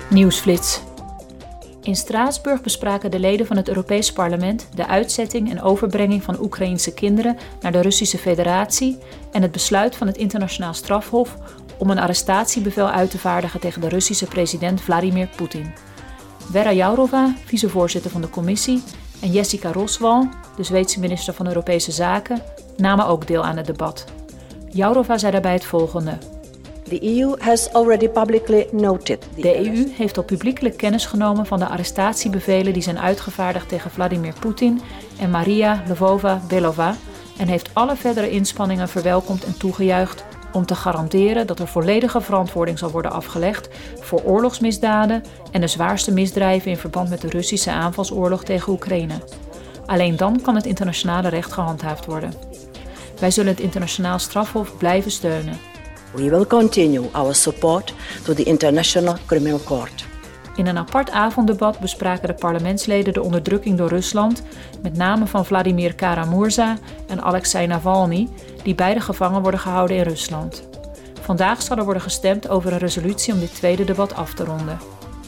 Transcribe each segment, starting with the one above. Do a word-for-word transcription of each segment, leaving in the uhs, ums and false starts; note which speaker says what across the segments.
Speaker 1: Nieuwsflits. In Straatsburg bespraken de leden van het Europees Parlement de uitzetting en overbrenging van Oekraïense kinderen naar de Russische Federatie en het besluit van het Internationaal Strafhof om een arrestatiebevel uit te vaardigen tegen de Russische president Vladimir Poetin. Vera Jourova, vicevoorzitter van de commissie, en Jessica Roswal, de Zweedse minister van Europese Zaken, namen ook deel aan het debat. Jourova zei daarbij het volgende.
Speaker 2: The E U has already publicly noted the
Speaker 1: De E U heeft al publiekelijk kennis genomen van de arrestatiebevelen die zijn uitgevaardigd tegen Vladimir Poetin en Maria Lvova-Belova en heeft alle verdere inspanningen verwelkomd en toegejuicht om te garanderen dat er volledige verantwoording zal worden afgelegd voor oorlogsmisdaden en de zwaarste misdrijven in verband met de Russische aanvalsoorlog tegen Oekraïne. Alleen dan kan het internationale recht gehandhaafd worden. Wij zullen het internationaal strafhof blijven steunen.
Speaker 2: We will continue our support to the International Criminal Court.
Speaker 1: In een apart avonddebat bespraken de parlementsleden de onderdrukking door Rusland, met name van Vladimir Kara-Murza en Alexei Navalny, die beide gevangen worden gehouden in Rusland. Vandaag zal er worden gestemd over een resolutie om dit tweede debat af te ronden.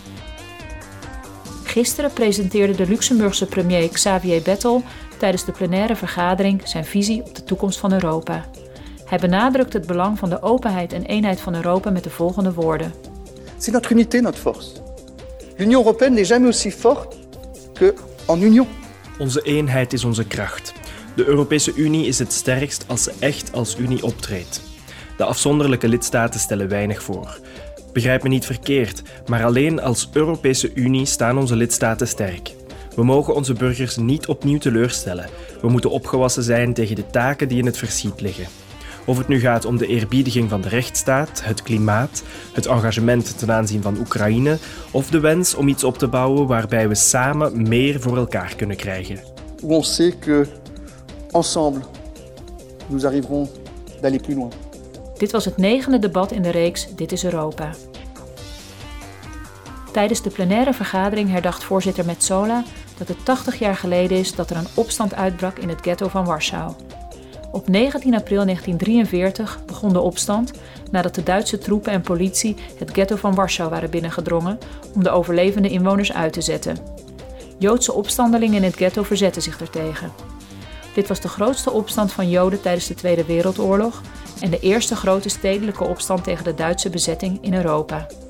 Speaker 1: Gisteren presenteerde de Luxemburgse premier Xavier Bettel tijdens de plenaire vergadering zijn visie op de toekomst van Europa. Hij benadrukt het belang van de openheid en eenheid van Europa met de volgende woorden.
Speaker 3: C'est notre unité, notre force. L'Union européenne n'est jamais aussi forte que en union.
Speaker 4: Onze eenheid is onze kracht. De Europese Unie is het sterkst als ze echt als Unie optreedt. De afzonderlijke lidstaten stellen weinig voor. Begrijp me niet verkeerd, maar alleen als Europese Unie staan onze lidstaten sterk. We mogen onze burgers niet opnieuw teleurstellen. We moeten opgewassen zijn tegen de taken die in het verschiet liggen. Of het nu gaat om de eerbiediging van de rechtsstaat, het klimaat, het engagement ten aanzien van Oekraïne of de wens om iets op te bouwen waarbij we samen meer voor elkaar kunnen krijgen.
Speaker 3: Où on sait que ensemble nous arriverons d'aller plus loin.
Speaker 1: Dit was het negende debat in de reeks Dit is Europa. Tijdens de plenaire vergadering herdacht voorzitter Metsola dat het tachtig jaar geleden is dat er een opstand uitbrak in het ghetto van Warschau. Op negentien april negentien drieënveertig begon de opstand nadat de Duitse troepen en politie het ghetto van Warschau waren binnengedrongen om de overlevende inwoners uit te zetten. Joodse opstandelingen in het ghetto verzetten zich ertegen. Dit was de grootste opstand van Joden tijdens de Tweede Wereldoorlog en de eerste grote stedelijke opstand tegen de Duitse bezetting in Europa.